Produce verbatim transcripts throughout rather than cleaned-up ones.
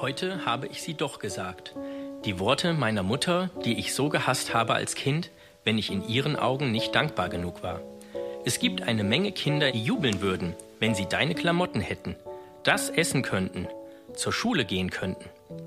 Heute habe ich sie doch gesagt. Die Worte meiner Mutter, die ich so gehasst habe als Kind, wenn ich in ihren Augen nicht dankbar genug war. Es gibt eine Menge Kinder, die jubeln würden, wenn sie deine Klamotten hätten, das essen könnten, zur Schule gehen könnten.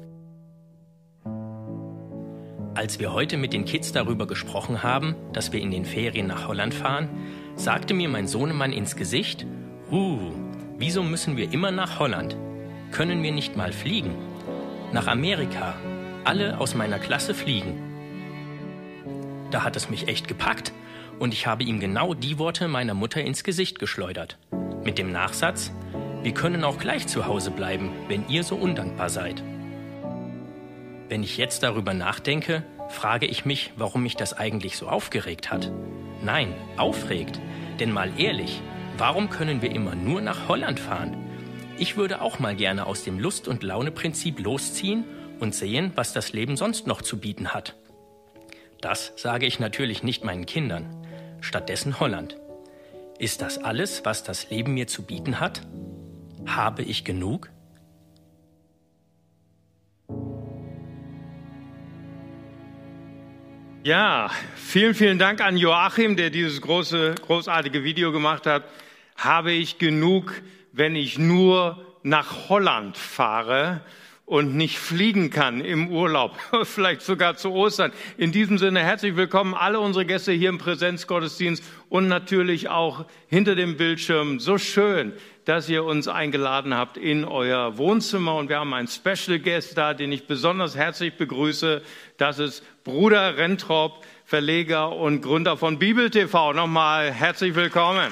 Als wir heute mit den Kids darüber gesprochen haben, dass wir in den Ferien nach Holland fahren, sagte mir mein Sohnemann ins Gesicht, uh, wieso müssen wir immer nach Holland? Können wir nicht mal fliegen? Nach Amerika. Alle aus meiner Klasse fliegen. Da hat es mich echt gepackt und ich habe ihm genau die Worte meiner Mutter ins Gesicht geschleudert. Mit dem Nachsatz, wir können auch gleich zu Hause bleiben, wenn ihr so undankbar seid. Wenn ich jetzt darüber nachdenke, frage ich mich, warum mich das eigentlich so aufgeregt hat. Nein, aufregt. Denn mal ehrlich, warum können wir immer nur nach Holland fahren? Ich würde auch mal gerne aus dem Lust- und Laune-Prinzip losziehen und sehen, was das Leben sonst noch zu bieten hat. Das sage ich natürlich nicht meinen Kindern. Stattdessen Holland. Ist das alles, was das Leben mir zu bieten hat? Habe ich genug? Ja, vielen, vielen Dank an Joachim, der dieses große, großartige Video gemacht hat. Habe ich genug, wenn ich nur nach Holland fahre und nicht fliegen kann im Urlaub, vielleicht sogar zu Ostern. In diesem Sinne herzlich willkommen alle unsere Gäste hier im Präsenzgottesdienst und natürlich auch hinter dem Bildschirm. So schön, dass ihr uns eingeladen habt in euer Wohnzimmer und wir haben einen Special Guest da, den ich besonders herzlich begrüße. Das ist Bruder Rentrop, Verleger und Gründer von Bibel T V. Nochmal herzlich willkommen.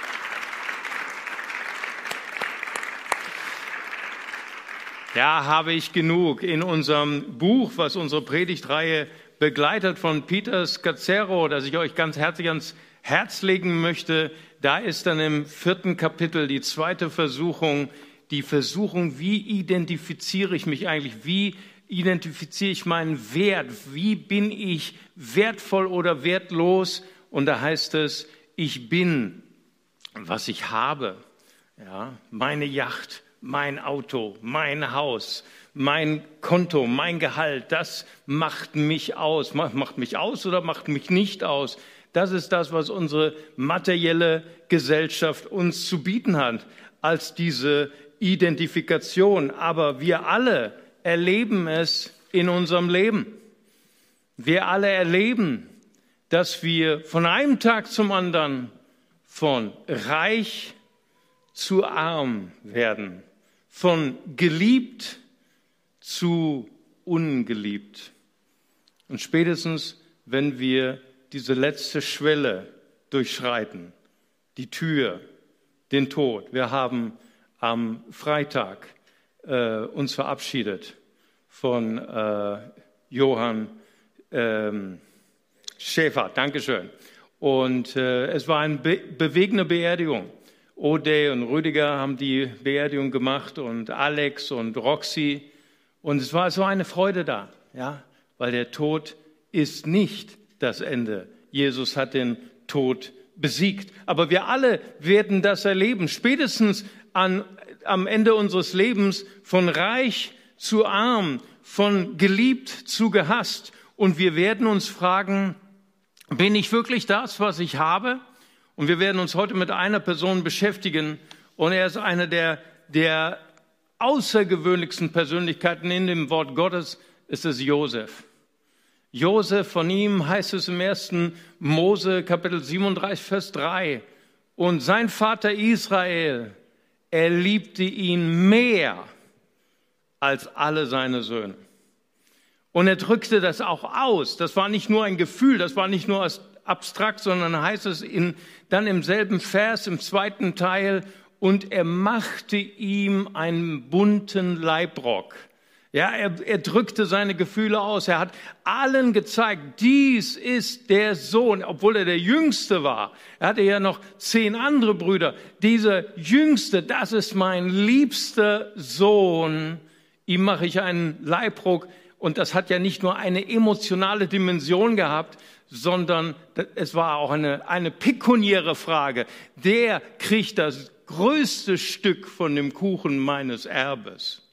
Ja, habe ich genug. In unserem Buch, was unsere Predigtreihe begleitet von Peter Scazzero, das ich euch ganz herzlich ans Herz legen möchte, da ist dann im vierten Kapitel die zweite Versuchung, die Versuchung, wie identifiziere ich mich eigentlich, wie identifiziere ich meinen Wert, wie bin ich wertvoll oder wertlos? Und da heißt es, ich bin, was ich habe, ja, meine Yacht, mein Auto, mein Haus, mein Konto, mein Gehalt, das macht mich aus. Macht mich aus oder macht mich nicht aus? Das ist das, was unsere materielle Gesellschaft uns zu bieten hat, als diese Identifikation. Aber wir alle erleben es in unserem Leben. Wir alle erleben, dass wir von einem Tag zum anderen von reich zu arm werden. Von geliebt zu ungeliebt. Und spätestens, wenn wir diese letzte Schwelle durchschreiten, die Tür, den Tod. Wir haben am Freitag äh, uns verabschiedet von äh, Johann ähm, Schäfer. Dankeschön. Und äh, es war eine be- bewegende Beerdigung. O'Day und Rüdiger haben die Beerdigung gemacht und Alex und Roxy. Und es war so eine Freude da, ja, weil der Tod ist nicht das Ende. Jesus hat den Tod besiegt. Aber wir alle werden das erleben, spätestens an, am Ende unseres Lebens, von reich zu arm, von geliebt zu gehasst. Und wir werden uns fragen, bin ich wirklich das, was ich habe? Und wir werden uns heute mit einer Person beschäftigen. Und er ist eine der, der außergewöhnlichsten Persönlichkeiten in dem Wort Gottes, ist es Josef. Josef, von ihm heißt es im ersten Mose, Kapitel siebenunddreißig, Vers drei. Und sein Vater Israel, er liebte ihn mehr als alle seine Söhne. Und er drückte das auch aus. Das war nicht nur ein Gefühl, das war nicht nur abstrakt, sondern heißt es in, dann im selben Vers, im zweiten Teil, und er machte ihm einen bunten Leibrock. Ja, er, er drückte seine Gefühle aus. Er hat allen gezeigt, dies ist der Sohn, obwohl er der Jüngste war. Er hatte ja noch zehn andere Brüder. Dieser Jüngste, das ist mein liebster Sohn. Ihm mache ich einen Leibrock. Und das hat ja nicht nur eine emotionale Dimension gehabt, sondern es war auch eine, eine pekuniäre Frage. Der kriegt das größte Stück von dem Kuchen meines Erbes.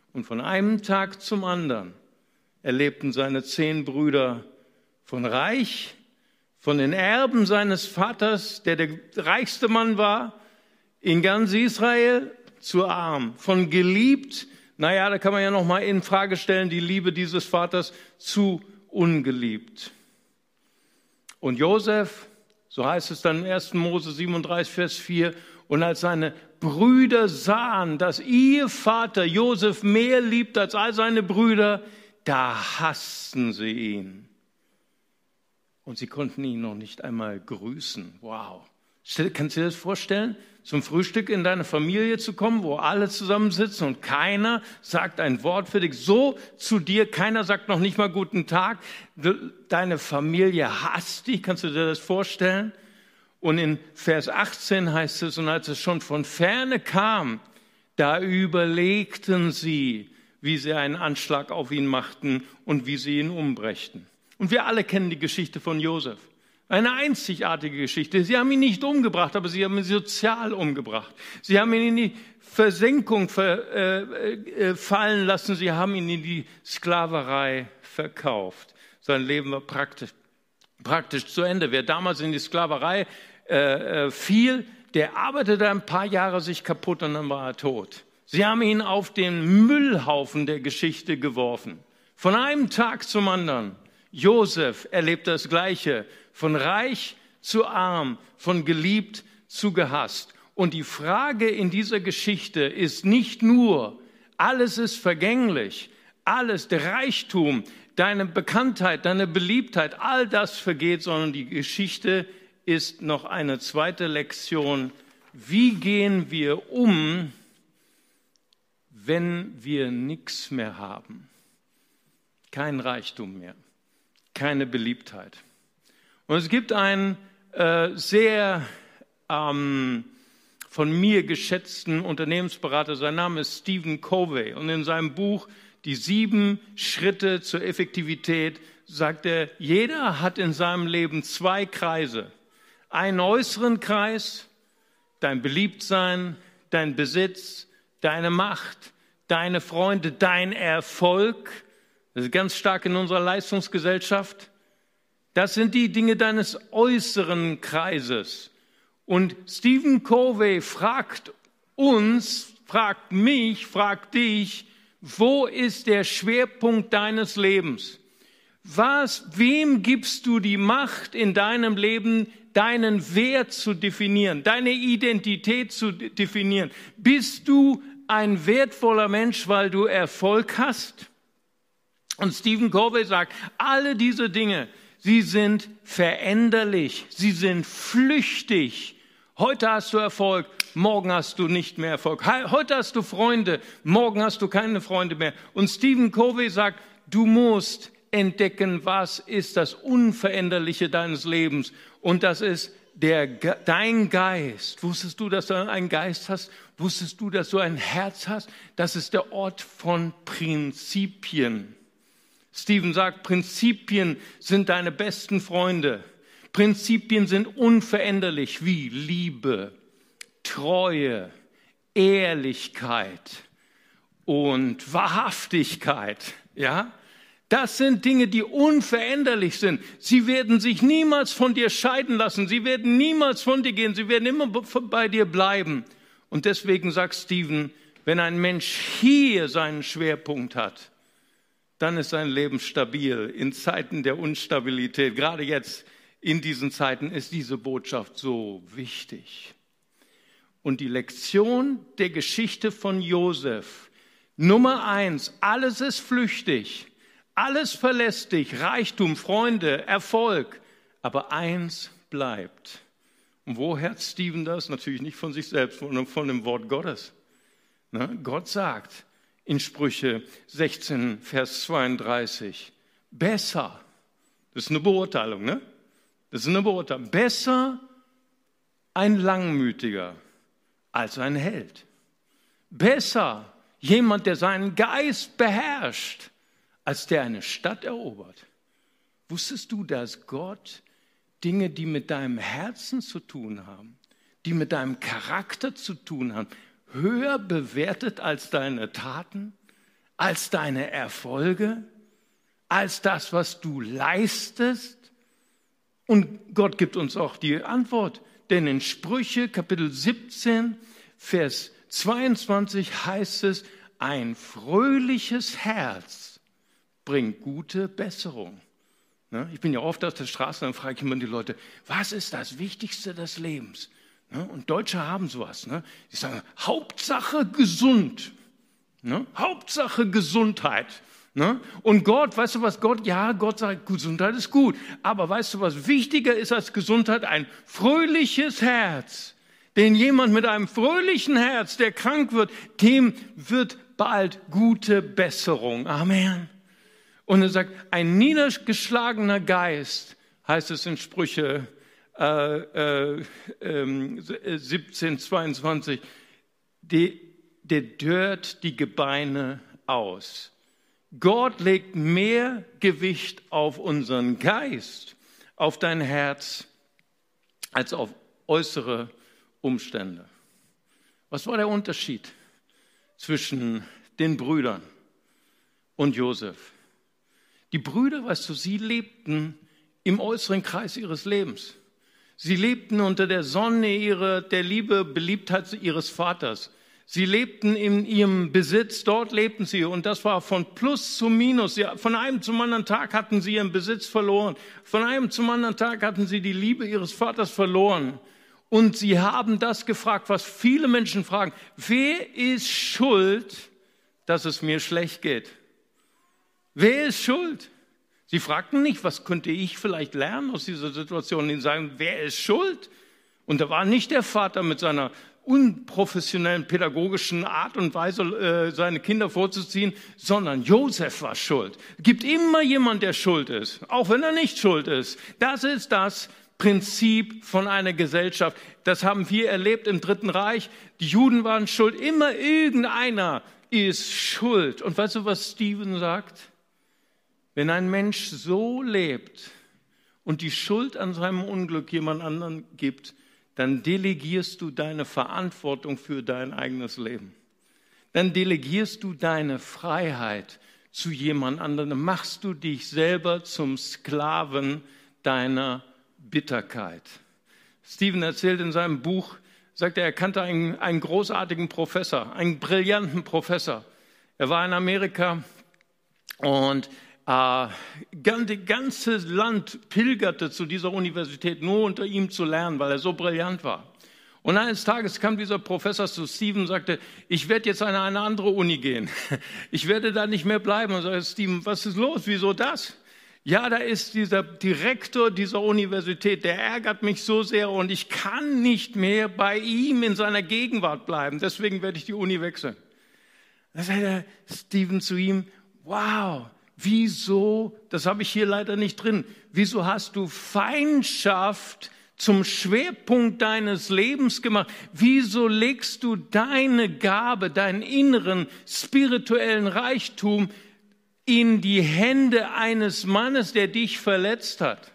Und von einem Tag zum anderen erlebten seine zehn Brüder von Reich, von den Erben seines Vaters, der der reichste Mann war, in ganz Israel, zu arm, von geliebt, naja, da kann man ja noch mal in Frage stellen, die Liebe dieses Vaters, zu ungeliebt. Und Josef, so heißt es dann im ersten Mose siebenunddreißig, Vers vier, und als seine Brüder sahen, dass ihr Vater Josef mehr liebt als all seine Brüder, da hassten sie ihn. Und sie konnten ihn noch nicht einmal grüßen. Wow. Kannst du dir das vorstellen? Zum Frühstück in deine Familie zu kommen, wo alle zusammensitzen und keiner sagt ein Wort für dich. So zu dir, keiner sagt noch nicht mal guten Tag. Deine Familie hasst dich. Kannst du dir das vorstellen? Und in Vers achtzehn heißt es, und als es schon von ferne kam, da überlegten sie, wie sie einen Anschlag auf ihn machten und wie sie ihn umbrächten. Und wir alle kennen die Geschichte von Josef. Eine einzigartige Geschichte. Sie haben ihn nicht umgebracht, aber sie haben ihn sozial umgebracht. Sie haben ihn in die Versenkung ver, äh, äh, fallen lassen. Sie haben ihn in die Sklaverei verkauft. Sein Leben war praktisch, praktisch zu Ende. Wer damals in die Sklaverei äh, äh, fiel, der arbeitete ein paar Jahre sich kaputt und dann war er tot. Sie haben ihn auf den Müllhaufen der Geschichte geworfen. Von einem Tag zum anderen. Josef erlebt das Gleiche. Von reich zu arm, von geliebt zu gehasst. Und die Frage in dieser Geschichte ist nicht nur, alles ist vergänglich, alles, der Reichtum, deine Bekanntheit, deine Beliebtheit, all das vergeht, sondern die Geschichte ist noch eine zweite Lektion. Wie gehen wir um, wenn wir nichts mehr haben? Kein Reichtum mehr, keine Beliebtheit. Und es gibt einen äh, sehr ähm, von mir geschätzten Unternehmensberater, sein Name ist Stephen Covey. Und in seinem Buch Die sieben Schritte zur Effektivität sagt er, jeder hat in seinem Leben zwei Kreise. Einen äußeren Kreis, dein Beliebtsein, dein Besitz, deine Macht, deine Freunde, dein Erfolg. Das ist ganz stark in unserer Leistungsgesellschaft. Das sind die Dinge deines äußeren Kreises. Und Stephen Covey fragt uns, fragt mich, fragt dich, wo ist der Schwerpunkt deines Lebens? Was, wem gibst du die Macht in deinem Leben, deinen Wert zu definieren, deine Identität zu definieren? Bist du ein wertvoller Mensch, weil du Erfolg hast? Und Stephen Covey sagt, alle diese Dinge, sie sind veränderlich, sie sind flüchtig. Heute hast du Erfolg, morgen hast du nicht mehr Erfolg. Heute hast du Freunde, morgen hast du keine Freunde mehr. Und Stephen Covey sagt, du musst entdecken, was ist das Unveränderliche deines Lebens. Und das ist der, dein Geist. Wusstest du, dass du einen Geist hast? Wusstest du, dass du ein Herz hast? Das ist der Ort von Prinzipien. Stephen sagt, Prinzipien sind deine besten Freunde. Prinzipien sind unveränderlich wie Liebe, Treue, Ehrlichkeit und Wahrhaftigkeit. Ja? Das sind Dinge, die unveränderlich sind. Sie werden sich niemals von dir scheiden lassen. Sie werden niemals von dir gehen. Sie werden immer bei dir bleiben. Und deswegen sagt Stephen, wenn ein Mensch hier seinen Schwerpunkt hat, dann ist sein Leben stabil. In Zeiten der Unstabilität, gerade jetzt in diesen Zeiten, ist diese Botschaft so wichtig. Und die Lektion der Geschichte von Josef, Nummer eins, alles ist flüchtig, alles verlässt dich, Reichtum, Freunde, Erfolg, aber eins bleibt. Und woher hat Stephen das? Natürlich nicht von sich selbst, sondern von dem Wort Gottes. Ne? Gott sagt, in Sprüche sechzehn, Vers zweiunddreißig, besser, das ist eine Beurteilung, ne? Das ist eine Beurteilung, besser ein Langmütiger als ein Held. Besser jemand, der seinen Geist beherrscht, als der eine Stadt erobert. Wusstest du, dass Gott Dinge, die mit deinem Herzen zu tun haben, die mit deinem Charakter zu tun haben, höher bewertet als deine Taten, als deine Erfolge, als das, was du leistest? Und Gott gibt uns auch die Antwort, denn in Sprüche Kapitel siebzehn, Vers zweiundzwanzig heißt es, ein fröhliches Herz bringt gute Besserung. Ich bin ja oft auf der Straße, dann frage ich immer die Leute, was ist das Wichtigste des Lebens? Und Deutsche haben sowas. Die sagen, Hauptsache gesund. Hauptsache Gesundheit. Und Gott, weißt du was Gott, ja, Gott sagt, Gesundheit ist gut. Aber weißt du, was wichtiger ist als Gesundheit? Ein fröhliches Herz. Denn jemand mit einem fröhlichen Herz, der krank wird, dem wird bald gute Besserung. Amen. Und er sagt, ein niedergeschlagener Geist, heißt es in Sprüche äh, äh, äh, siebzehn, zweiundzwanzig, die, der dörrt die Gebeine aus. Gott legt mehr Gewicht auf unseren Geist, auf dein Herz, als auf äußere Umstände. Was war der Unterschied zwischen den Brüdern und Josef? Die Brüder, weißt du, sie lebten im äußeren Kreis ihres Lebens. Sie lebten unter der Sonne ihrer, der Liebe, Beliebtheit ihres Vaters. Sie lebten in ihrem Besitz, dort lebten sie und das war von Plus zu Minus. Sie, von einem zum anderen Tag hatten sie ihren Besitz verloren. Von einem zum anderen Tag hatten sie die Liebe ihres Vaters verloren. Und sie haben das gefragt, was viele Menschen fragen. Wer ist schuld, dass es mir schlecht geht? Wer ist schuld? Sie fragten nicht, was könnte ich vielleicht lernen aus dieser Situation? Sie sagen, wer ist schuld? Und da war nicht der Vater mit seiner unprofessionellen pädagogischen Art und Weise, äh, seine Kinder vorzuziehen, sondern Josef war schuld. Es gibt immer jemand, der schuld ist, auch wenn er nicht schuld ist. Das ist das Prinzip von einer Gesellschaft. Das haben wir erlebt im Dritten Reich. Die Juden waren schuld. Immer irgendeiner ist schuld. Und weißt du, was Stephen sagt? Wenn ein Mensch so lebt und die Schuld an seinem Unglück jemand anderen gibt, dann delegierst du deine Verantwortung für dein eigenes Leben. Dann delegierst du deine Freiheit zu jemand anderem. Dann machst du dich selber zum Sklaven deiner Bitterkeit. Stephen erzählt in seinem Buch, sagt er, er kannte einen, einen großartigen Professor, einen brillanten Professor. Er war in Amerika und äh, das ganze Land pilgerte zu dieser Universität, nur unter ihm zu lernen, weil er so brillant war. Und eines Tages kam dieser Professor zu Stephen und sagte, ich werde jetzt an eine andere Uni gehen. Ich werde da nicht mehr bleiben. Und sagte, Stephen, was ist los? Wieso das? Ja, da ist dieser Direktor dieser Universität, der ärgert mich so sehr und ich kann nicht mehr bei ihm in seiner Gegenwart bleiben. Deswegen werde ich die Uni wechseln. Da sagte Stephen zu ihm, wow, wieso, das habe ich hier leider nicht drin, wieso hast du Feindschaft zum Schwerpunkt deines Lebens gemacht? Wieso legst du deine Gabe, deinen inneren spirituellen Reichtum in die Hände eines Mannes, der dich verletzt hat?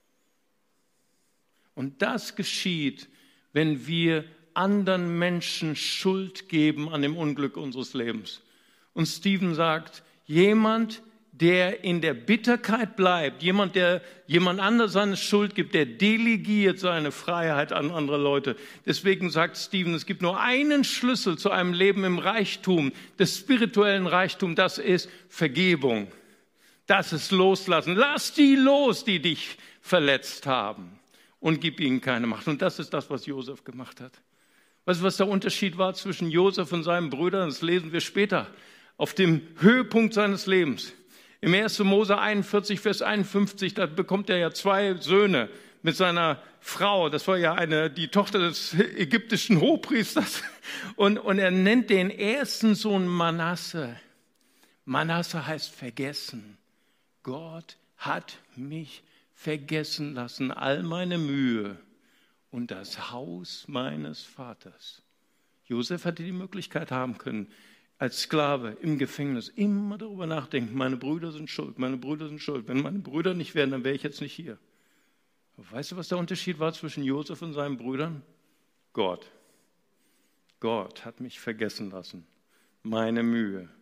Und das geschieht, wenn wir anderen Menschen Schuld geben an dem Unglück unseres Lebens. Und Stephen sagt, jemand, der in der Bitterkeit bleibt, jemand, der jemand anders seine Schuld gibt, der delegiert seine Freiheit an andere Leute. Deswegen sagt Stephen, es gibt nur einen Schlüssel zu einem Leben im Reichtum, des spirituellen Reichtum, das ist Vergebung. Das ist Loslassen. Lass die los, die dich verletzt haben und gib ihnen keine Macht. Und das ist das, was Josef gemacht hat. Weißt du, was der Unterschied war zwischen Josef und seinen Brüdern? Das lesen wir später, auf dem Höhepunkt seines Lebens. Im ersten Mose einundvierzig, Vers einundfünfzig, da bekommt er ja zwei Söhne mit seiner Frau. Das war ja eine, die Tochter des ägyptischen Hochpriesters. Und, und er nennt den ersten Sohn Manasse. Manasse heißt vergessen. Gott hat mich vergessen lassen, all meine Mühe und das Haus meines Vaters. Josef hätte die Möglichkeit haben können, als Sklave im Gefängnis immer darüber nachdenken, meine Brüder sind schuld, meine Brüder sind schuld. Wenn meine Brüder nicht wären, dann wäre ich jetzt nicht hier. Aber weißt du, was der Unterschied war zwischen Josef und seinen Brüdern? Gott. Gott hat mich vergessen lassen, meine Mühe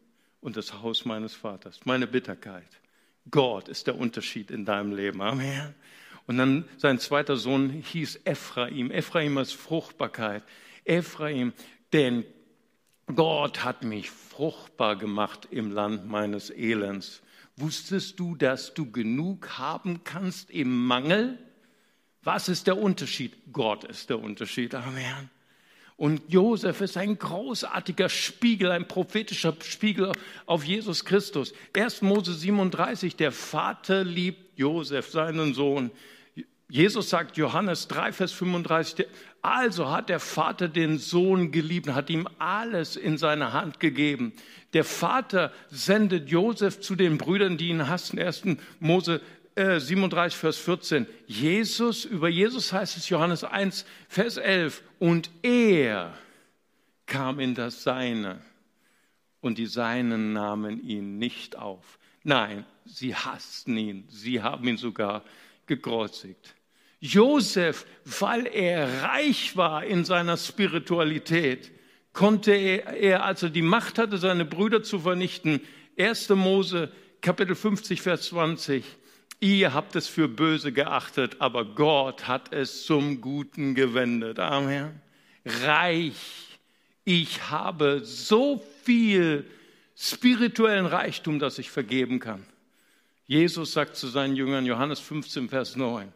und das Haus meines Vaters. Meine Bitterkeit. Gott ist der Unterschied in deinem Leben. Amen. Und dann sein zweiter Sohn hieß Ephraim. Ephraim als Fruchtbarkeit. Ephraim, denn Gott hat mich fruchtbar gemacht im Land meines Elends. Wusstest du, dass du genug haben kannst im Mangel? Was ist der Unterschied? Gott ist der Unterschied. Amen. Und Josef ist ein großartiger Spiegel, ein prophetischer Spiegel auf Jesus Christus. erster Mose siebenunddreißig, der Vater liebt Josef, seinen Sohn. Jesus sagt, Johannes drei, Vers fünfunddreißig, also hat der Vater den Sohn geliebt, hat ihm alles in seine Hand gegeben. Der Vater sendet Josef zu den Brüdern, die ihn hassen. erster Mose siebenunddreißig, Vers vierzehn. Jesus, über Jesus heißt es Johannes eins, Vers elf. Und er kam in das Seine und die Seinen nahmen ihn nicht auf. Nein, sie hassten ihn. Sie haben ihn sogar gekreuzigt. Josef, weil er reich war in seiner Spiritualität, konnte er, er, als er die Macht hatte, seine Brüder zu vernichten, erster Mose, Kapitel fünfzig, Vers zwanzig, ihr habt es für böse geachtet, aber Gott hat es zum Guten gewendet. Amen. Reich. Ich habe so viel spirituellen Reichtum, dass ich vergeben kann. Jesus sagt zu seinen Jüngern, Johannes fünfzehn, Vers neun,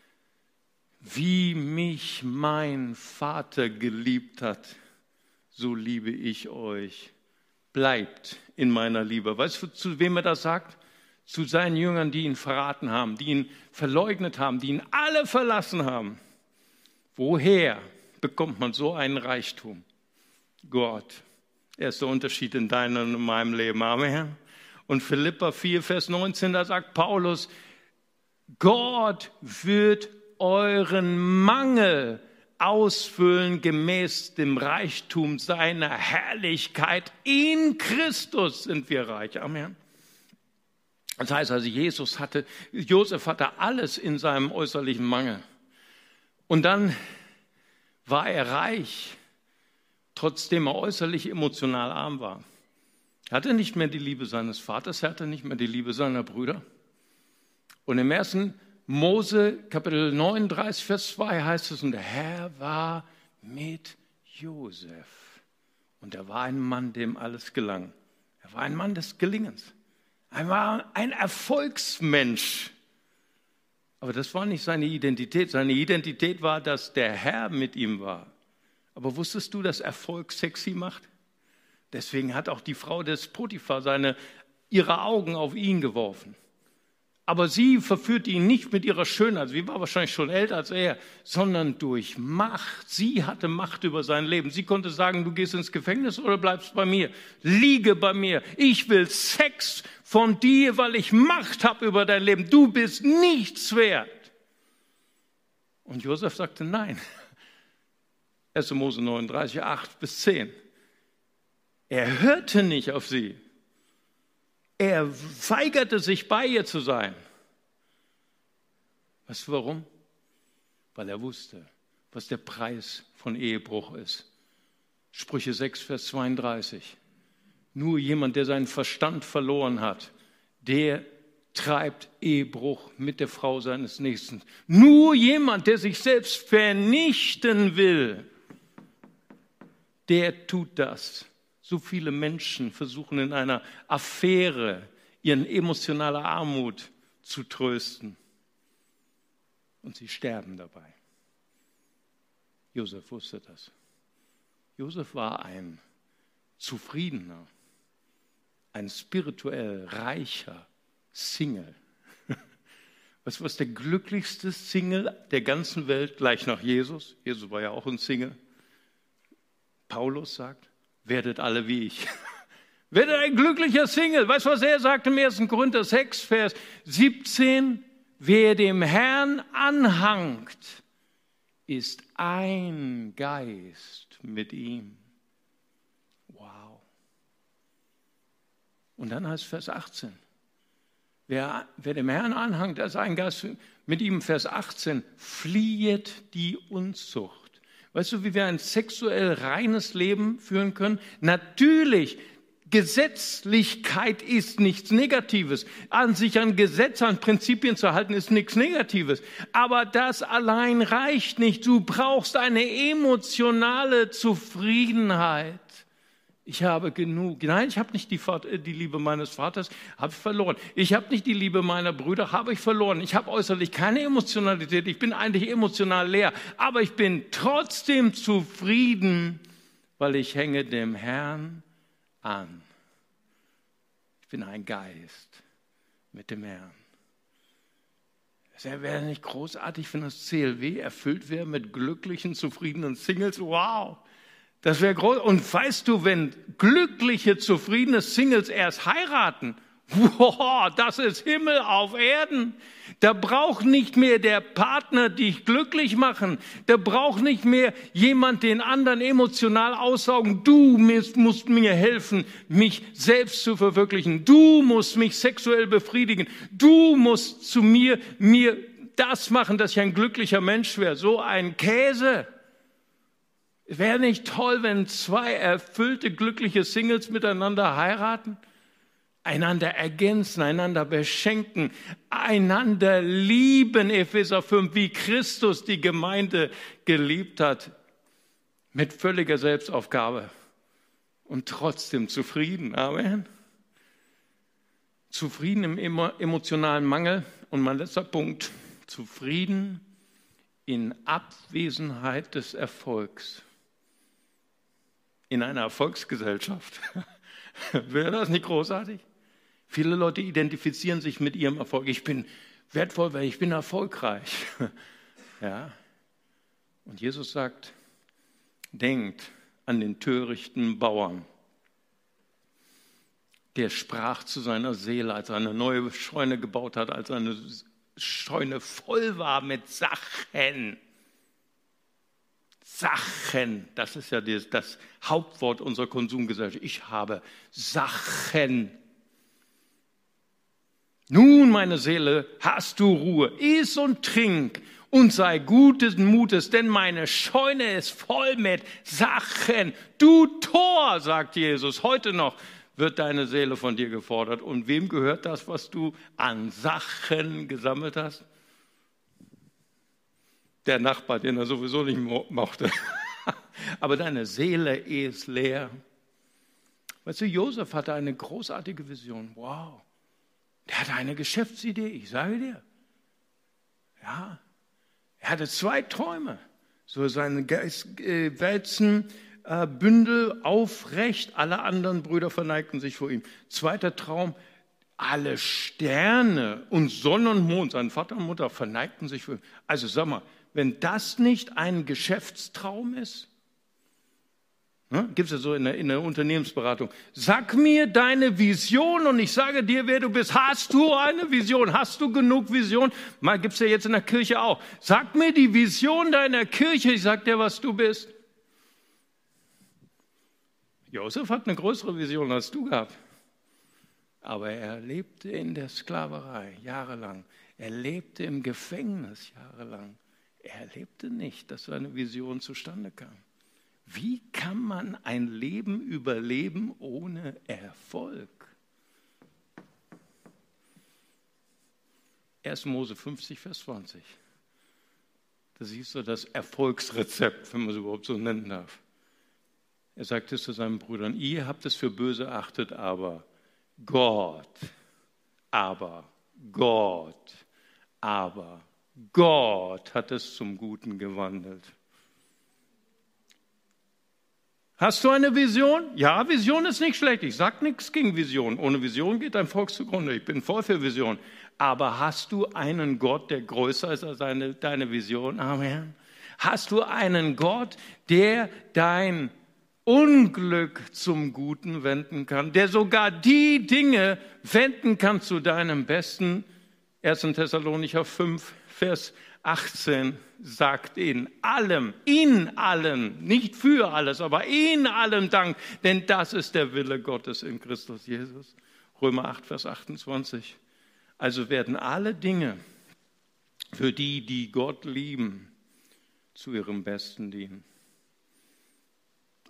wie mich mein Vater geliebt hat, so liebe ich euch. Bleibt in meiner Liebe. Weißt du, zu wem er das sagt? Zu seinen Jüngern, die ihn verraten haben, die ihn verleugnet haben, die ihn alle verlassen haben. Woher bekommt man so einen Reichtum? Gott. Er ist der Unterschied in deinem und meinem Leben. Amen. Und Philipper vier, Vers neunzehn, da sagt Paulus, Gott wird euren Mangel ausfüllen gemäß dem Reichtum seiner Herrlichkeit. In Christus sind wir reich. Amen. Das heißt also, Jesus hatte, Josef hatte alles in seinem äußerlichen Mangel. Und dann war er reich, trotzdem er äußerlich emotional arm war. Er hatte nicht mehr die Liebe seines Vaters, er hatte nicht mehr die Liebe seiner Brüder. Und im ersten Mose, Kapitel neununddreißig, Vers zwei heißt es, und der Herr war mit Josef. Und er war ein Mann, dem alles gelang. Er war ein Mann des Gelingens. Er war ein Erfolgsmensch. Aber das war nicht seine Identität. Seine Identität war, dass der Herr mit ihm war. Aber wusstest du, dass Erfolg sexy macht? Deswegen hat auch die Frau des Potiphar seine, ihre Augen auf ihn geworfen. Aber sie verführte ihn nicht mit ihrer Schönheit, sie war wahrscheinlich schon älter als er, sondern durch Macht. Sie hatte Macht über sein Leben. Sie konnte sagen, du gehst ins Gefängnis oder bleibst bei mir. Liege bei mir. Ich will Sex von dir, weil ich Macht habe über dein Leben. Du bist nichts wert. Und Josef sagte nein. erster Mose neununddreißig, acht bis zehn. Er hörte nicht auf sie. Er weigerte sich, bei ihr zu sein. Weißt du warum? Weil er wusste, was der Preis von Ehebruch ist. Sprüche sechs, Vers zweiunddreißig. Nur jemand, der seinen Verstand verloren hat, der treibt Ehebruch mit der Frau seines Nächsten. Nur jemand, der sich selbst vernichten will, der tut das. So viele Menschen versuchen in einer Affäre ihren emotionale Armut zu trösten. Und sie sterben dabei. Josef wusste das. Josef war ein zufriedener, ein spirituell reicher Single. Weißt du, was der glücklichste Single der ganzen Welt, gleich nach Jesus? Jesus war ja auch ein Single. Paulus sagt, werdet alle wie ich. Werdet ein glücklicher Single. Weißt du, was er sagt im ersten Korinther sechs, Vers siebzehn? Wer dem Herrn anhangt, ist ein Geist mit ihm. Wow. Und dann heißt Vers achtzehn. Wer, wer dem Herrn anhangt, ist ein Geist mit ihm. Vers achtzehn. Fliehet die Unzucht. Weißt du, wie wir ein sexuell reines Leben führen können? Natürlich Gesetzlichkeit ist nichts Negatives. An sich an Gesetze, an Prinzipien zu halten, ist nichts Negatives. Aber das allein reicht nicht. Du brauchst eine emotionale Zufriedenheit. Ich habe genug. Nein, ich habe nicht die, die Liebe meines Vaters, habe ich verloren. Ich habe nicht die Liebe meiner Brüder, habe ich verloren. Ich habe äußerlich keine Emotionalität. Ich bin eigentlich emotional leer. Aber ich bin trotzdem zufrieden, weil ich hänge dem Herrn an. Ich bin ein Geist mit dem Herrn. Es wäre nicht großartig, wenn das C L W erfüllt wäre mit glücklichen, zufriedenen Singles. Wow! Das wäre groß. Und weißt du, wenn glückliche, zufriedene Singles erst heiraten, wow, das ist Himmel auf Erden. Da braucht nicht mehr der Partner dich glücklich machen. Da braucht nicht mehr jemand den anderen emotional aussaugen. Du musst mir helfen, mich selbst zu verwirklichen. Du musst mich sexuell befriedigen. Du musst zu mir, mir das machen, dass ich ein glücklicher Mensch wäre. So ein Käse. Wäre nicht toll, wenn zwei erfüllte, glückliche Singles miteinander heiraten? Einander ergänzen, einander beschenken, einander lieben, Epheser fünf, wie Christus die Gemeinde geliebt hat, mit völliger Selbstaufgabe und trotzdem zufrieden. Amen. Zufrieden im emotionalen Mangel. Und mein letzter Punkt, zufrieden in Abwesenheit des Erfolgs. In einer Erfolgsgesellschaft. Wäre das nicht großartig? Viele Leute identifizieren sich mit ihrem Erfolg. Ich bin wertvoll, weil ich bin erfolgreich. Ja. Und Jesus sagt, denkt an den törichten Bauern. Der sprach zu seiner Seele, als er eine neue Scheune gebaut hat, als seine Scheune voll war mit Sachen. Sachen, das ist ja das, das Hauptwort unserer Konsumgesellschaft. Ich habe Sachen. Nun, meine Seele, hast du Ruhe. Iss und trink und sei guten Mutes, denn meine Scheune ist voll mit Sachen. Du Tor, sagt Jesus, heute noch wird deine Seele von dir gefordert. Und wem gehört das, was du an Sachen gesammelt hast? Der Nachbar, den er sowieso nicht mochte. Aber deine Seele ist leer. Weißt du, Josef hatte eine großartige Vision. Wow. Der hatte eine Geschäftsidee, ich sage dir. Ja. Er hatte zwei Träume. So seine Geist, äh, wälzen äh, Bündel aufrecht. Alle anderen Brüder verneigten sich vor ihm. Zweiter Traum. Alle Sterne und Sonne und Mond, sein Vater und Mutter, verneigten sich vor ihm. Also sag mal, wenn das nicht ein Geschäftstraum ist, ne, gibt es ja so in der, in der Unternehmensberatung, sag mir deine Vision und ich sage dir, wer du bist. Hast du eine Vision? Hast du genug Vision? Mal gibt es ja jetzt in der Kirche auch. Sag mir die Vision deiner Kirche, ich sag dir, was du bist. Josef hat eine größere Vision als du gehabt. Aber er lebte in der Sklaverei jahrelang. Er lebte im Gefängnis jahrelang. Er erlebte nicht, dass seine Vision zustande kam. Wie kann man ein Leben überleben ohne Erfolg? erster Mose fünfzig, Vers zwanzig. Da siehst du das Erfolgsrezept, wenn man es überhaupt so nennen darf. Er sagte es zu seinen Brüdern, ihr habt es für böse erachtet, aber Gott, aber Gott, aber Gott hat es zum Guten gewandelt. Hast du eine Vision? Ja, Vision ist nicht schlecht. Ich sage nichts gegen Vision. Ohne Vision geht dein Volk zugrunde. Ich bin voll für Vision. Aber hast du einen Gott, der größer ist als deine, deine Vision? Amen. Hast du einen Gott, der dein Unglück zum Guten wenden kann, der sogar die Dinge wenden kann zu deinem Besten? erster Thessalonicher fünf, Vers achtzehn sagt in allem, in allem, nicht für alles, aber in allem Dank, denn das ist der Wille Gottes in Christus Jesus. Römer acht, Vers achtundzwanzig. Also werden alle Dinge für die, die Gott lieben, zu ihrem Besten dienen.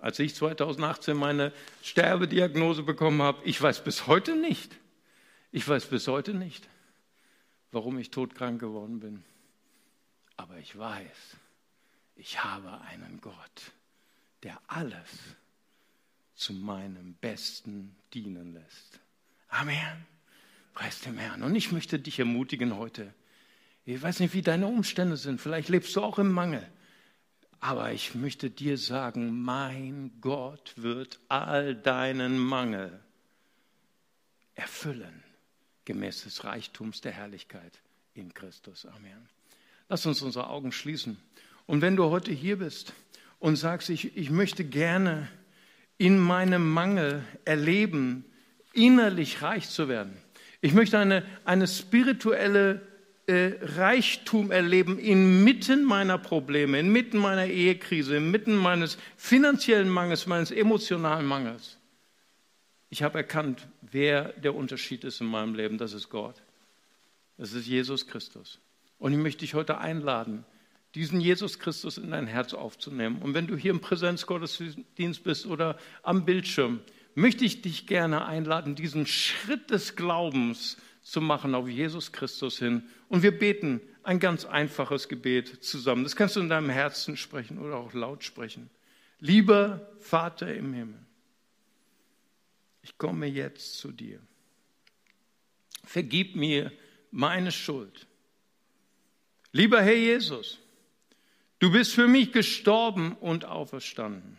als ich zweitausendachtzehn meine Sterbediagnose bekommen habe, ich weiß bis heute nicht, ich weiß bis heute nicht, warum ich todkrank geworden bin. Aber ich weiß, ich habe einen Gott, der alles zu meinem Besten dienen lässt. Amen. Preis dem Herrn. Und ich möchte dich ermutigen heute. Ich weiß nicht, wie deine Umstände sind. Vielleicht lebst du auch im Mangel. Aber ich möchte dir sagen, mein Gott wird all deinen Mangel erfüllen, gemäß des Reichtums der Herrlichkeit in Christus. Amen. Lass uns unsere Augen schließen. Und wenn du heute hier bist und sagst, ich, ich möchte gerne in meinem Mangel erleben, innerlich reich zu werden. Ich möchte eine, eine spirituelle äh, Reichtum erleben inmitten meiner Probleme, inmitten meiner Ehekrise, inmitten meines finanziellen Mangels, meines emotionalen Mangels. Ich habe erkannt, wer der Unterschied ist in meinem Leben. Das ist Gott. Das ist Jesus Christus. Und ich möchte dich heute einladen, diesen Jesus Christus in dein Herz aufzunehmen. Und wenn du hier im Präsenzgottesdienst bist oder am Bildschirm, möchte ich dich gerne einladen, diesen Schritt des Glaubens zu machen auf Jesus Christus hin. Und wir beten ein ganz einfaches Gebet zusammen. Das kannst du in deinem Herzen sprechen oder auch laut sprechen. Lieber Vater im Himmel, ich komme jetzt zu dir. Vergib mir meine Schuld. Lieber Herr Jesus, du bist für mich gestorben und auferstanden.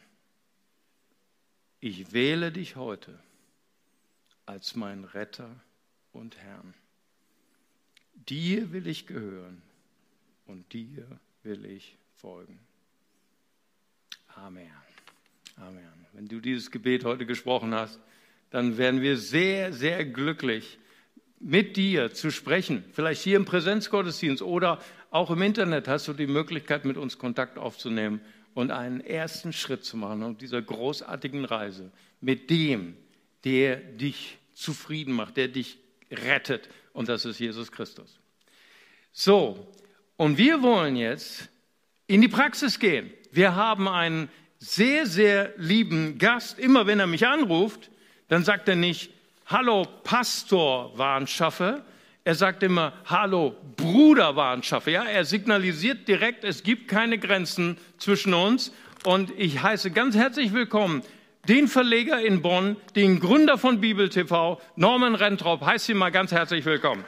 Ich wähle dich heute als mein Retter und Herrn. Dir will ich gehören und dir will ich folgen. Amen. Amen. Wenn du dieses Gebet heute gesprochen hast, dann werden wir sehr, sehr glücklich, mit dir zu sprechen. Vielleicht hier im Präsenzgottesdienst oder auch im Internet hast du die Möglichkeit, mit uns Kontakt aufzunehmen und einen ersten Schritt zu machen auf dieser großartigen Reise mit dem, der dich zufrieden macht, der dich rettet. Und das ist Jesus Christus. So, und wir wollen jetzt in die Praxis gehen. Wir haben einen sehr, sehr lieben Gast. Immer wenn er mich anruft, dann sagt er nicht, hallo Pastor Warnschaffe. Er sagt immer, hallo Bruder Warnschaffe. Ja, er signalisiert direkt, es gibt keine Grenzen zwischen uns. Und ich heiße ganz herzlich willkommen den Verleger in Bonn, den Gründer von Bibel T V, Norman Rentrop. Heißt ihn mal ganz herzlich willkommen.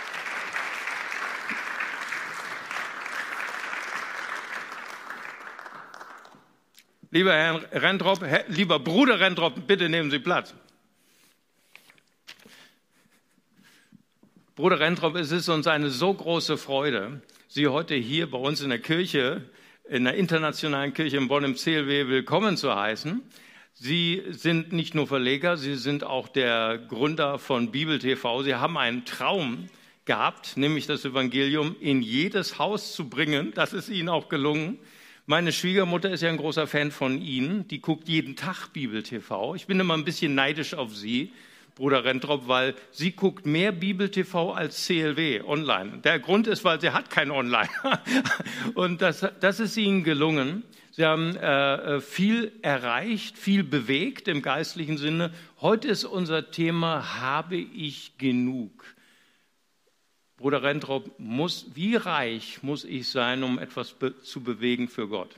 Lieber Herr Rentrop, Herr, lieber Bruder Rentrop, bitte nehmen Sie Platz. Bruder Rentrop, es ist uns eine so große Freude, Sie heute hier bei uns in der Kirche, in der internationalen Kirche in Bonn im C L W willkommen zu heißen. Sie sind nicht nur Verleger, Sie sind auch der Gründer von Bibel T V. Sie haben einen Traum gehabt, nämlich das Evangelium in jedes Haus zu bringen. Das ist Ihnen auch gelungen. Meine Schwiegermutter ist ja ein großer Fan von Ihnen. Die guckt jeden Tag Bibel T V. Ich bin immer ein bisschen neidisch auf Sie, Bruder Rentrop, weil sie guckt mehr Bibel T V als C L W online. Der Grund ist, weil sie hat kein Online. Und das, das ist Ihnen gelungen. Sie haben äh, viel erreicht, viel bewegt im geistlichen Sinne. Heute ist unser Thema, habe ich genug? Bruder Rentrop, muss, wie reich muss ich sein, um etwas be- zu bewegen für Gott?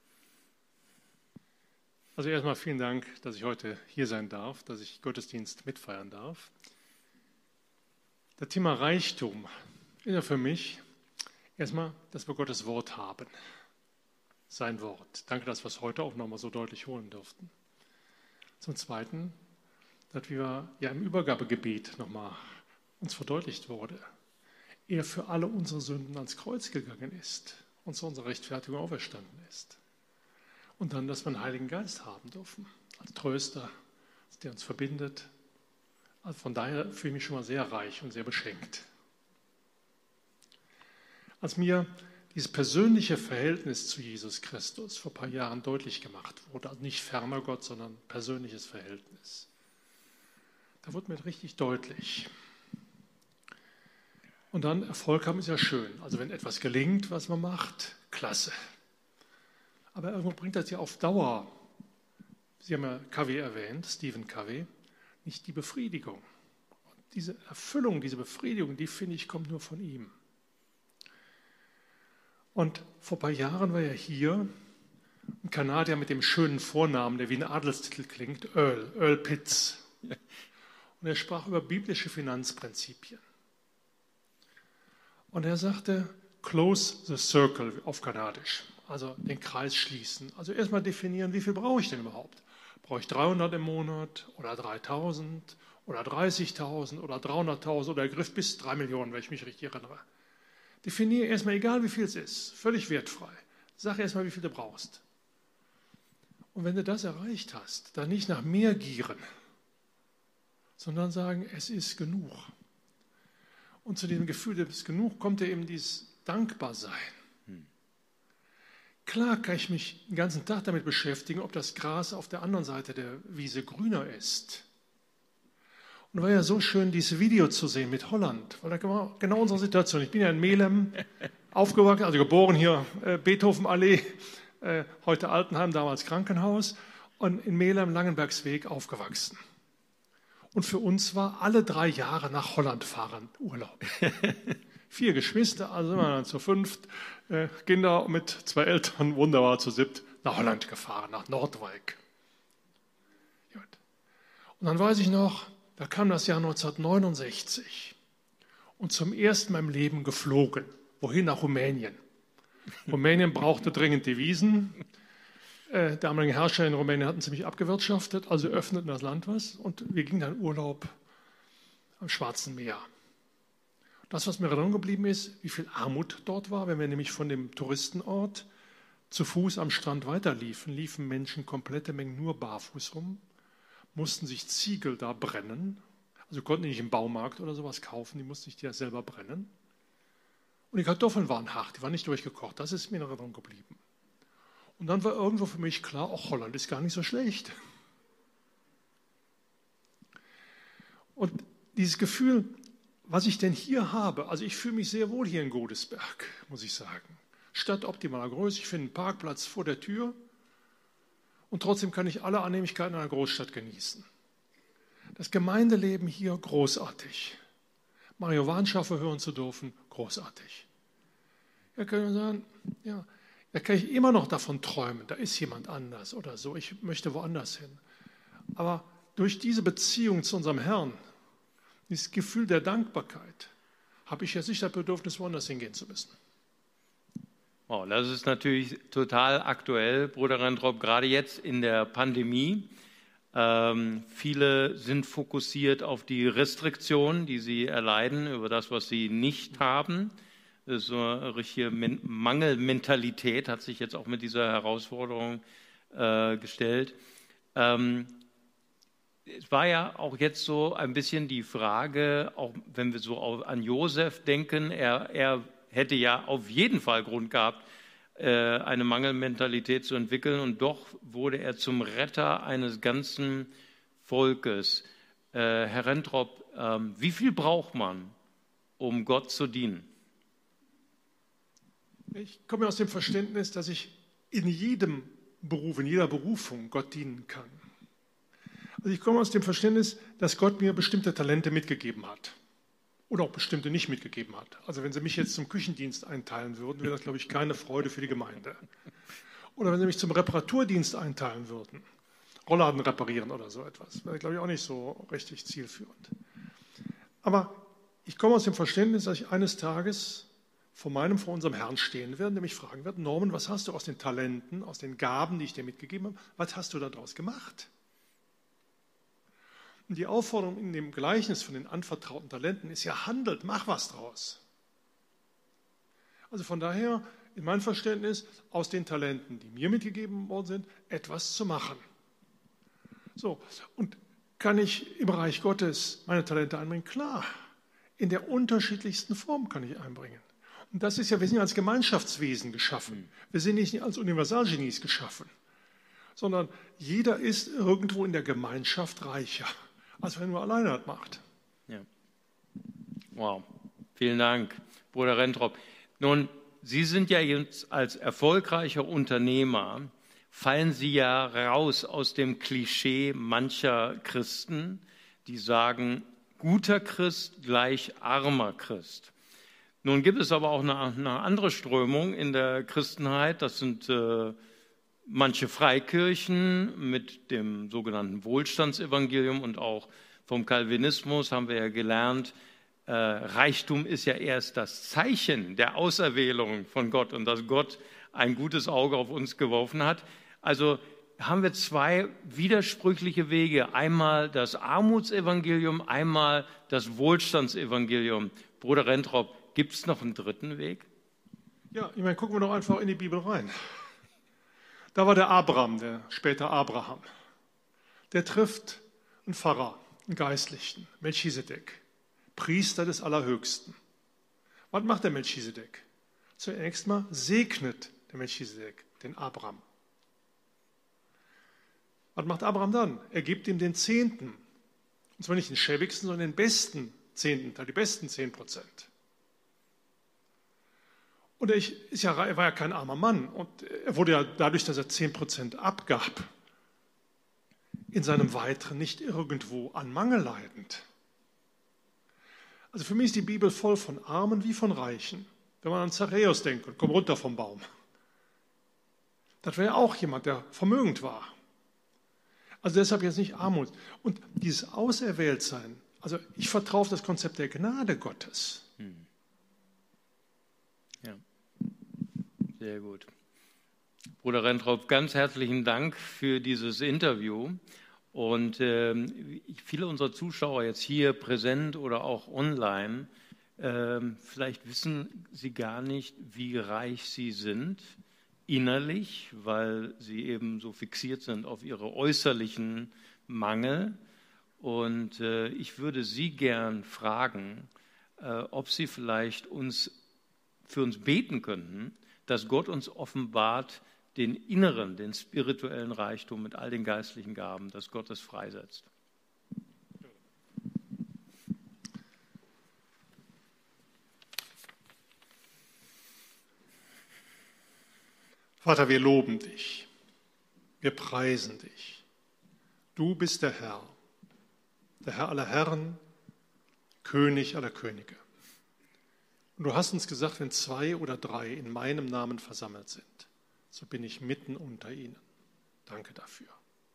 Also erstmal vielen Dank, dass ich heute hier sein darf, dass ich Gottesdienst mitfeiern darf. Das Thema Reichtum ist ja für mich erstmal, dass wir Gottes Wort haben. Sein Wort. Danke, dass wir es heute auch nochmal so deutlich holen durften. Zum Zweiten, dass wir ja im Übergabegebet nochmal uns verdeutlicht wurde, er für alle unsere Sünden ans Kreuz gegangen ist und zu unserer Rechtfertigung auferstanden ist. Und dann, dass wir einen Heiligen Geist haben dürfen, als Tröster, der uns verbindet. Also von daher fühle ich mich schon mal sehr reich und sehr beschenkt. Als mir dieses persönliche Verhältnis zu Jesus Christus vor ein paar Jahren deutlich gemacht wurde, also nicht ferner Gott, sondern persönliches Verhältnis, da wurde mir richtig deutlich. Und dann, Erfolg haben ist ja schön. Also wenn etwas gelingt, was man macht, klasse. Aber irgendwo bringt das ja auf Dauer Sie haben ja Covey erwähnt, Stephen Covey, nicht die Befriedigung. Und diese Erfüllung, diese Befriedigung, die finde ich, kommt nur von ihm. Und vor ein paar Jahren war er hier, ein Kanadier mit dem schönen Vornamen, der wie ein Adelstitel klingt, Earl, Earl Pitts. Und er sprach über biblische Finanzprinzipien. Und er sagte, close the circle auf Kanadisch, also den Kreis schließen. Also erstmal definieren, wie viel brauche ich denn überhaupt? Brauche ich dreihundert im Monat oder dreitausend oder dreißigtausend oder dreihunderttausend oder er griff bis drei Millionen, wenn ich mich richtig erinnere. Definiere erstmal, egal wie viel es ist, völlig wertfrei. Sag erstmal, wie viel du brauchst. Und wenn du das erreicht hast, dann nicht nach mehr gieren, sondern sagen, es ist genug. Und zu diesem Gefühl, es ist genug, kommt ja eben dieses Dankbarsein. Hm. Klar kann ich mich den ganzen Tag damit beschäftigen, ob das Gras auf der anderen Seite der Wiese grüner ist. Und es war ja so schön, dieses Video zu sehen mit Holland, weil da war genau unsere Situation. Ich bin ja in Melem aufgewachsen, also geboren hier, äh, Beethovenallee, äh, heute Altenheim, damals Krankenhaus, und in Melem, Langenbergsweg aufgewachsen. Und für uns war alle drei Jahre nach Holland fahren Urlaub. Vier Geschwister, also sind wir dann zu fünft, äh, Kinder mit zwei Eltern, wunderbar zu siebt, nach Holland gefahren, nach Noordwijk. Gut. Und dann weiß ich noch, da kam das Jahr neunzehnhundertneunundsechzig und zum ersten Mal im Leben geflogen. Wohin? Nach Rumänien. Rumänien brauchte dringend Devisen. Äh, damalige Herrscher in Rumänien hatten ziemlich abgewirtschaftet, also öffneten das Land was und wir gingen dann Urlaub am Schwarzen Meer. Das, was mir erinnern geblieben ist, wie viel Armut dort war, wenn wir nämlich von dem Touristenort zu Fuß am Strand weiterliefen, liefen Menschen komplette Mengen nur barfuß rum, mussten sich Ziegel da brennen, also konnten die nicht im Baumarkt oder sowas kaufen, die mussten sich die ja selber brennen. Und die Kartoffeln waren hart, die waren nicht durchgekocht, das ist mir in Erinnerung geblieben. Und dann war irgendwo für mich klar, auch Holland ist gar nicht so schlecht. Und dieses Gefühl, was ich denn hier habe, also ich fühle mich sehr wohl hier in Godesberg, muss ich sagen. Stadt optimaler Größe, ich finde einen Parkplatz vor der Tür und trotzdem kann ich alle Annehmlichkeiten einer Großstadt genießen. Das Gemeindeleben hier großartig. Mario Warnschaffer hören zu dürfen, großartig. Ja, kann man sagen, ja, da kann ich immer noch davon träumen, da ist jemand anders oder so, ich möchte woanders hin. Aber durch diese Beziehung zu unserem Herrn, dieses Gefühl der Dankbarkeit, habe ich jetzt nicht das Bedürfnis, woanders hingehen zu müssen. Oh, das ist natürlich total aktuell, Bruder Rentrop, gerade jetzt in der Pandemie. Ähm, viele sind fokussiert auf die Restriktionen, die sie erleiden, über das, was sie nicht haben. Das ist so eine richtige Mangelmentalität, hat sich jetzt auch mit dieser Herausforderung äh, gestellt. Ähm, es war ja auch jetzt so ein bisschen die Frage, auch wenn wir so an Josef denken, er, er hätte ja auf jeden Fall Grund gehabt, äh, eine Mangelmentalität zu entwickeln und doch wurde er zum Retter eines ganzen Volkes. Äh, Herr Rentrop, äh, wie viel braucht man, um Gott zu dienen? Ich komme aus dem Verständnis, dass ich in jedem Beruf, in jeder Berufung Gott dienen kann. Also ich komme aus dem Verständnis, dass Gott mir bestimmte Talente mitgegeben hat oder auch bestimmte nicht mitgegeben hat. Also wenn Sie mich jetzt zum Küchendienst einteilen würden, wäre das, glaube ich, keine Freude für die Gemeinde. Oder wenn Sie mich zum Reparaturdienst einteilen würden, Rollladen reparieren oder so etwas, wäre, glaube ich, auch nicht so richtig zielführend. Aber ich komme aus dem Verständnis, dass ich eines Tages vor meinem, vor unserem Herrn stehen werde, der mich fragen wird, Norman, was hast du aus den Talenten, aus den Gaben, die ich dir mitgegeben habe, was hast du daraus gemacht? Und die Aufforderung in dem Gleichnis von den anvertrauten Talenten ist ja, handelt, mach was draus. Also von daher, in meinem Verständnis, aus den Talenten, die mir mitgegeben worden sind, etwas zu machen. So, und kann ich im Reich Gottes meine Talente einbringen? Klar, in der unterschiedlichsten Form kann ich einbringen. Und das ist ja, wir sind ja als Gemeinschaftswesen geschaffen. Wir sind nicht als Universalgenies geschaffen, sondern jeder ist irgendwo in der Gemeinschaft reicher, als wenn er nur alleine das macht. Ja. Wow, vielen Dank, Bruder Rentrop. Nun, Sie sind ja jetzt als erfolgreicher Unternehmer fallen Sie ja raus aus dem Klischee mancher Christen, die sagen, guter Christ gleich armer Christ. Nun gibt es aber auch eine, eine andere Strömung in der Christenheit, das sind äh, manche Freikirchen mit dem sogenannten Wohlstandsevangelium und auch vom Calvinismus haben wir ja gelernt, äh, Reichtum ist ja erst das Zeichen der Auserwählung von Gott und dass Gott ein gutes Auge auf uns geworfen hat. Also haben wir zwei widersprüchliche Wege. Einmal das Armutsevangelium, einmal das Wohlstandsevangelium. Bruder Rentrop, gibt es noch einen dritten Weg? Ja, ich meine, gucken wir doch einfach in die Bibel rein. Da war der Abraham, der später Abraham. Der trifft einen Pfarrer, einen Geistlichen, Melchisedek, Priester des Allerhöchsten. Was macht der Melchisedek? Zunächst mal segnet der Melchisedek den Abraham. Was macht Abraham dann? Er gibt ihm den Zehnten. Und zwar nicht den schäbigsten, sondern den besten Zehnten, die besten zehn Prozent. Und er, ist ja, er war ja kein armer Mann. Und er wurde ja dadurch, dass er zehn Prozent abgab, in seinem Weiteren nicht irgendwo an Mangel leidend. Also für mich ist die Bibel voll von Armen wie von Reichen. Wenn man an Zachäus denkt und komm runter vom Baum. Das wäre ja auch jemand, der vermögend war. Also deshalb jetzt nicht Armut. Und dieses Auserwähltsein, also ich vertraue auf das Konzept der Gnade Gottes. Hm. Ja, sehr gut. Bruder Rentrop, ganz herzlichen Dank für dieses Interview. Und äh, viele unserer Zuschauer jetzt hier präsent oder auch online, äh, vielleicht wissen sie gar nicht, wie reich sie sind. Innerlich, weil sie eben so fixiert sind auf ihre äußerlichen Mangel. Und äh, ich würde Sie gern fragen, äh, ob Sie vielleicht uns, für uns beten könnten, dass Gott uns offenbart den inneren, den spirituellen Reichtum mit all den geistlichen Gaben, dass Gott es freisetzt. Vater, wir loben dich, wir preisen dich. Du bist der Herr, der Herr aller Herren, König aller Könige. Und du hast uns gesagt, wenn zwei oder drei in meinem Namen versammelt sind, so bin ich mitten unter ihnen. Danke dafür.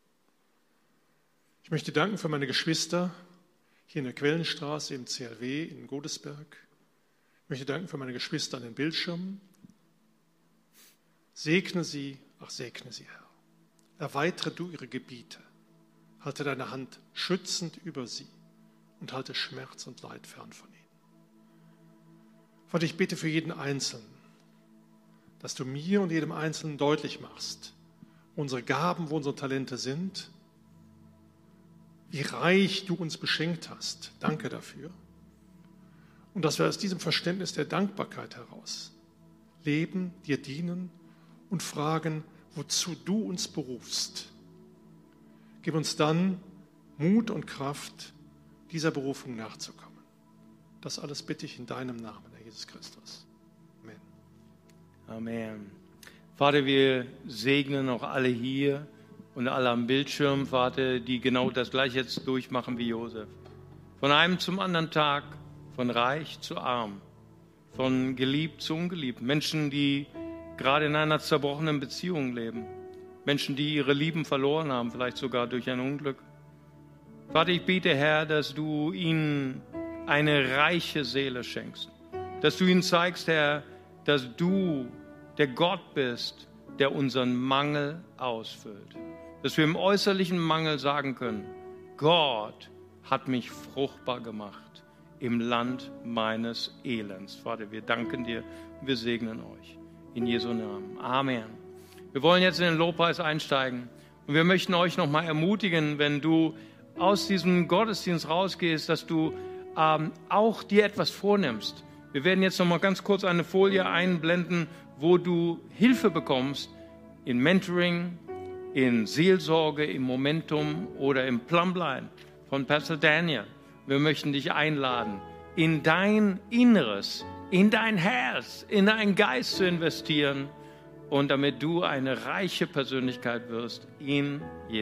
Ich möchte danken für meine Geschwister hier in der Quellenstraße im C L W in Godesberg. Ich möchte danken für meine Geschwister an den Bildschirmen. Segne sie, ach segne sie, Herr. Erweitere du ihre Gebiete. Halte deine Hand schützend über sie und halte Schmerz und Leid fern von ihnen. Vater, ich bete für jeden Einzelnen, dass du mir und jedem Einzelnen deutlich machst, wo unsere Gaben, wo unsere Talente sind, wie reich du uns beschenkt hast. Danke dafür. Und dass wir aus diesem Verständnis der Dankbarkeit heraus leben, dir dienen und fragen, wozu du uns berufst. Gib uns dann Mut und Kraft, dieser Berufung nachzukommen. Das alles bitte ich in deinem Namen, Herr Jesus Christus. Amen. Amen. Vater, wir segnen auch alle hier und alle am Bildschirm, Vater, die genau das gleiche jetzt durchmachen wie Josef. Von einem zum anderen Tag, von reich zu arm, von geliebt zu ungeliebt. Menschen, die gerade in einer zerbrochenen Beziehung leben. Menschen, die ihre Lieben verloren haben, vielleicht sogar durch ein Unglück. Vater, ich bete, Herr, dass du ihnen eine reiche Seele schenkst. Dass du ihnen zeigst, Herr, dass du der Gott bist, der unseren Mangel ausfüllt. Dass wir im äußerlichen Mangel sagen können, Gott hat mich fruchtbar gemacht im Land meines Elends. Vater, wir danken dir und wir segnen euch. In Jesu Namen. Amen. Wir wollen jetzt in den Lobpreis einsteigen und wir möchten euch nochmal ermutigen, wenn du aus diesem Gottesdienst rausgehst, dass du ähm, auch dir etwas vornimmst. Wir werden jetzt nochmal ganz kurz eine Folie einblenden, wo du Hilfe bekommst in Mentoring, in Seelsorge, im Momentum oder im Plumbline von Pastor Daniel. Wir möchten dich einladen, in dein Inneres, in dein Herz, in deinen Geist zu investieren und damit du eine reiche Persönlichkeit wirst in Jesus.